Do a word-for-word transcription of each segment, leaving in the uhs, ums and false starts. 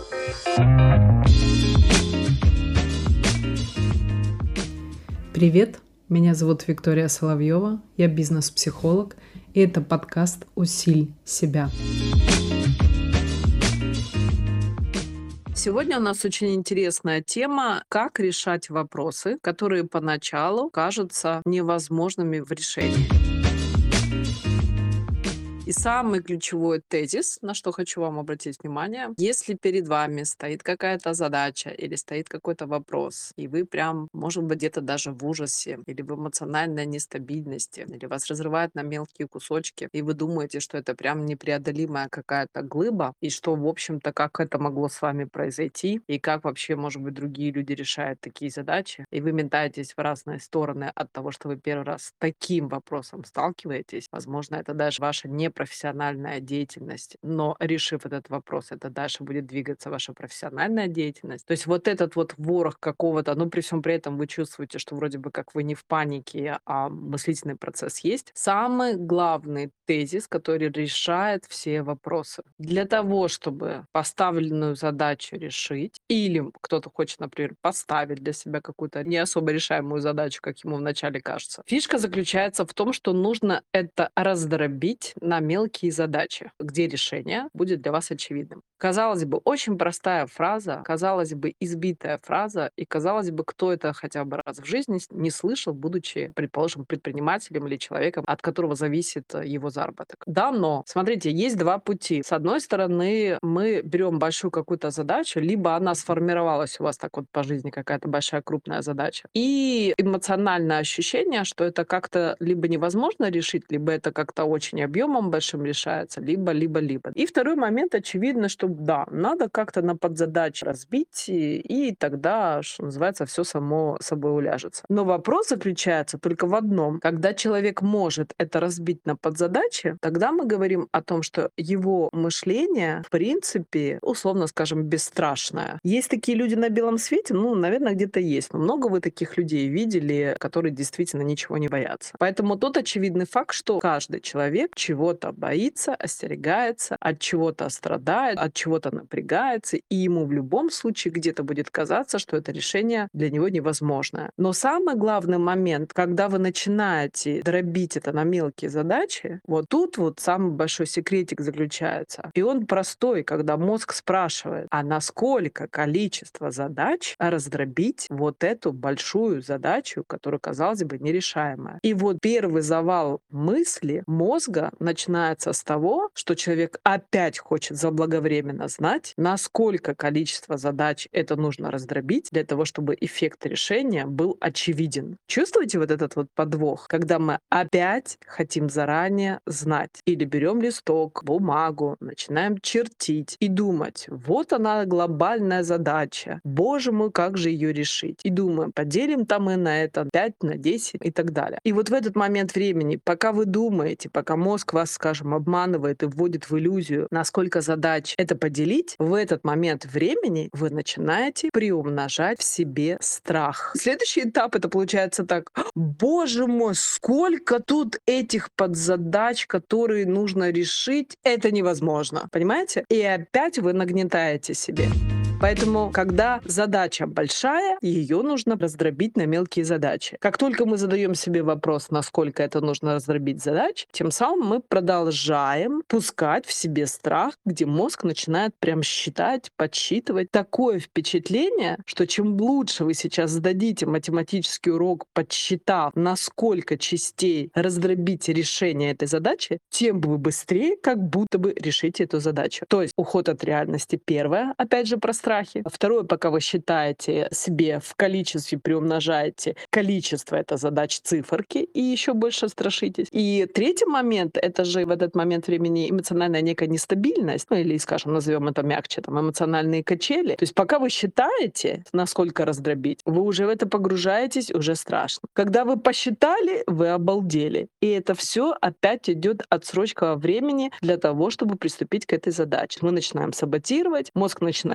Привет, меня зовут Виктория Соловьева, я бизнес-психолог, и это подкаст «Усиль себя». Сегодня у нас очень интересная тема, как решать вопросы, которые поначалу кажутся невозможными в решении. И самый ключевой тезис, на что хочу вам обратить внимание, если перед вами стоит какая-то задача или стоит какой-то вопрос, и вы прям, может быть, где-то даже в ужасе, или в эмоциональной нестабильности, или вас разрывает на мелкие кусочки, и вы думаете, что это прям непреодолимая какая-то глыба, и что, в общем-то, как это могло с вами произойти, и как вообще, может быть, другие люди решают такие задачи, и вы метаетесь в разные стороны от того, что вы первый раз с таким вопросом сталкиваетесь, возможно, это даже ваша не профессиональная деятельность, но решив этот вопрос, это дальше будет двигаться ваша профессиональная деятельность. То есть вот этот вот ворох какого-то, ну при всем при этом вы чувствуете, что вроде бы как вы не в панике, а мыслительный процесс есть. Самый главный тезис, который решает все вопросы. Для того, чтобы поставленную задачу решить, или кто-то хочет, например, поставить для себя какую-то не особо решаемую задачу, как ему вначале кажется, фишка заключается в том, что нужно это раздробить на мелкие задачи, где решение будет для вас очевидным. Казалось бы, очень простая фраза, казалось бы, избитая фраза, и казалось бы, кто это хотя бы раз в жизни не слышал, будучи, предположим, предпринимателем или человеком, от которого зависит его заработок. Да, но, смотрите, есть два пути. С одной стороны, мы берем большую какую-то задачу, либо она сформировалась у вас так вот по жизни, какая-то большая крупная задача, и эмоциональное ощущение, что это как-то либо невозможно решить, либо это как-то очень объемом большим решается, либо, либо, либо. И второй момент, очевидно, что да, надо как-то на подзадачи разбить, и, и тогда, что называется, все само собой уляжется. Но вопрос заключается только в одном. Когда человек может это разбить на подзадачи, тогда мы говорим о том, что его мышление, в принципе, условно скажем, бесстрашное. Есть такие люди на белом свете? Ну, наверное, где-то есть. Но много вы таких людей видели, которые действительно ничего не боятся. Поэтому тот очевидный факт, что каждый человек чего-то боится, остерегается, от чего-то страдает, от чего-то напрягается, и ему в любом случае где-то будет казаться, что это решение для него невозможное. Но самый главный момент, когда вы начинаете дробить это на мелкие задачи, вот тут вот самый большой секретик заключается. И он простой, когда мозг спрашивает, а насколько количество задач раздробить вот эту большую задачу, которая, казалось бы, нерешаемая. И вот первый завал мысли мозга начинается с того, что человек опять хочет заблаговременно знать, насколько количество задач это нужно раздробить для того, чтобы эффект решения был очевиден. Чувствуете вот этот вот подвох, когда мы опять хотим заранее знать? Или берем листок, бумагу, начинаем чертить и думать, вот она глобальная задача, боже мой, как же ее решить? И думаем, поделим там и на это пять, на десять и так далее. И вот в этот момент времени, пока вы думаете, пока мозг вас, скажем, обманывает и вводит в иллюзию, насколько задач это поделить, в этот момент времени вы начинаете приумножать в себе страх. Следующий этап это получается так: боже мой, сколько тут этих подзадач, которые нужно решить, это невозможно. Понимаете? И опять вы нагнетаете себе. Поэтому, когда задача большая, ее нужно раздробить на мелкие задачи. Как только мы задаем себе вопрос, насколько это нужно раздробить задач, тем самым мы продолжаем пускать в себе страх, где мозг начинает прям считать, подсчитывать. Такое впечатление, что чем лучше вы сейчас сдадите математический урок, подсчитав, на сколько частей раздробить решение этой задачи, тем вы быстрее как будто бы решите эту задачу. То есть уход от реальности — первое, опять же, про страх. Второе, пока вы считаете себе в количестве, приумножаете количество это задач циферки и еще больше страшитесь. И третий момент, это же в этот момент времени эмоциональная некая нестабильность, ну или, скажем, назовем это мягче, там, эмоциональные качели. То есть пока вы считаете, насколько раздробить, вы уже в это погружаетесь, уже страшно. Когда вы посчитали, вы обалдели. И это все опять идет отсрочка во времени для того, чтобы приступить к этой задаче. Мы начинаем саботировать, мозг начинает там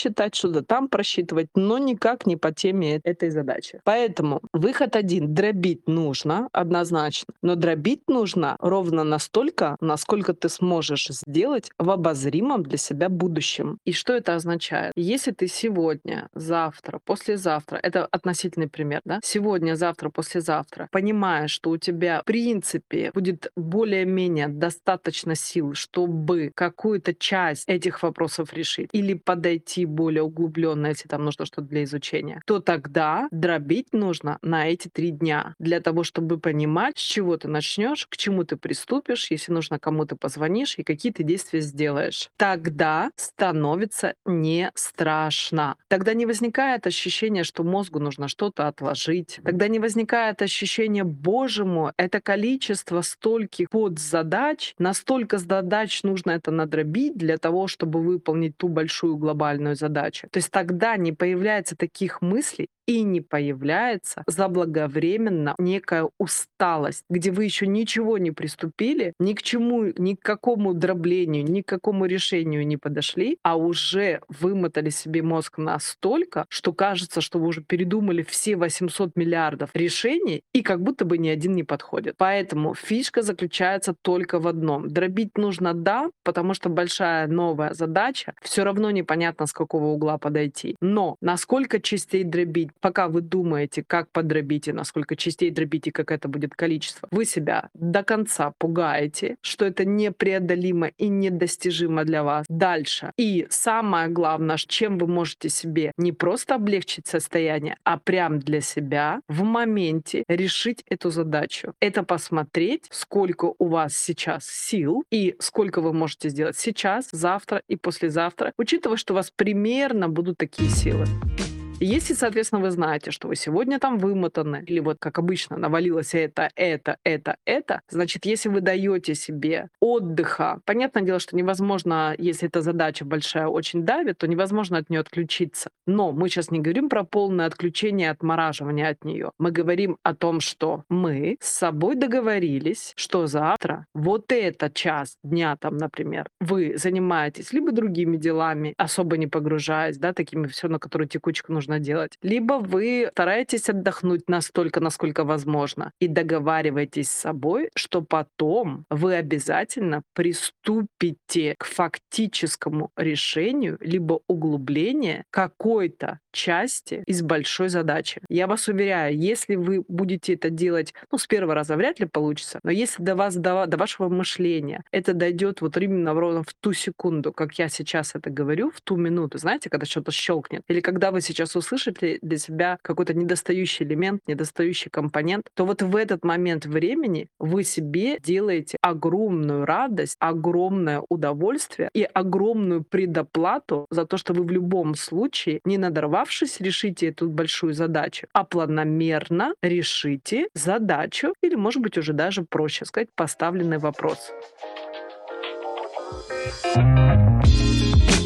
считать, что-то там просчитывать, но никак не по теме этой задачи. Поэтому выход один: дробить нужно однозначно, но дробить нужно ровно настолько, насколько ты сможешь сделать в обозримом для себя будущем. И что это означает? Если ты сегодня, завтра, послезавтра, это относительный пример, да, сегодня, завтра, послезавтра, понимаешь, что у тебя в принципе будет более-менее достаточно сил, чтобы какую-то часть этих вопросов решить или подойти более углубленно, если там нужно что-то для изучения, то тогда дробить нужно на эти три дня для того, чтобы понимать, с чего ты начнешь, к чему ты приступишь, если нужно, кому ты позвонишь и какие ты действия сделаешь. Тогда становится не страшно. Тогда не возникает ощущение, что мозгу нужно что-то отложить. Тогда не возникает ощущение: боже мой, это количество стольких подзадач, настолько задач нужно это надробить для того, чтобы выполнить ту большую глобальную задачу. То есть тогда не появляется таких мыслей и не появляется заблаговременно некая усталость, где вы еще ничего не приступили, ни к чему, ни к какому дроблению, ни к какому решению не подошли, а уже вымотали себе мозг настолько, что кажется, что вы уже передумали все восемьсот миллиардов решений, и как будто бы ни один не подходит. Поэтому фишка заключается только в одном: дробить нужно, да, потому что большая новая задача, все равно непонятно, с какого угла подойти. Но насколько частей дробить, пока вы думаете, как подробить и насколько частей дробить и как это будет количество, вы себя до конца пугаете, что это непреодолимо и недостижимо для вас. Дальше. И самое главное, чем вы можете себе не просто облегчить состояние, а прям для себя в моменте решить эту задачу. Это посмотреть, сколько у вас сейчас сил и сколько вы можете сделать сейчас, завтра и послезавтра, учитывая, что у вас примерно будут такие силы. Если, соответственно, вы знаете, что вы сегодня там вымотаны, или вот как обычно навалилось это, это, это, это, значит, если вы даете себе отдыха, понятное дело, что невозможно, если эта задача большая, очень давит, то невозможно от нее отключиться. Но мы сейчас не говорим про полное отключение, отмораживание от нее. Мы говорим о том, что мы с собой договорились, что завтра вот этот час дня, там, например, вы занимаетесь либо другими делами, особо не погружаясь, да, такими все, на которые текучку нужно делать, либо вы стараетесь отдохнуть настолько, насколько возможно, и договариваетесь с собой, что потом вы обязательно приступите к фактическому решению либо углублению какой-то части из большой задачи. Я вас уверяю, если вы будете это делать, ну, с первого раза вряд ли получится, но если до вас, до, до вашего мышления это дойдет вот именно ровно в ту секунду, как я сейчас это говорю, в ту минуту, знаете, когда что-то щелкнет, или когда вы сейчас услышите для себя какой-то недостающий элемент, недостающий компонент, то вот в этот момент времени вы себе делаете огромную радость, огромное удовольствие и огромную предоплату за то, что вы в любом случае, не надорвавшись, решите эту большую задачу, а планомерно решите задачу или, может быть, уже даже проще сказать, поставленный вопрос.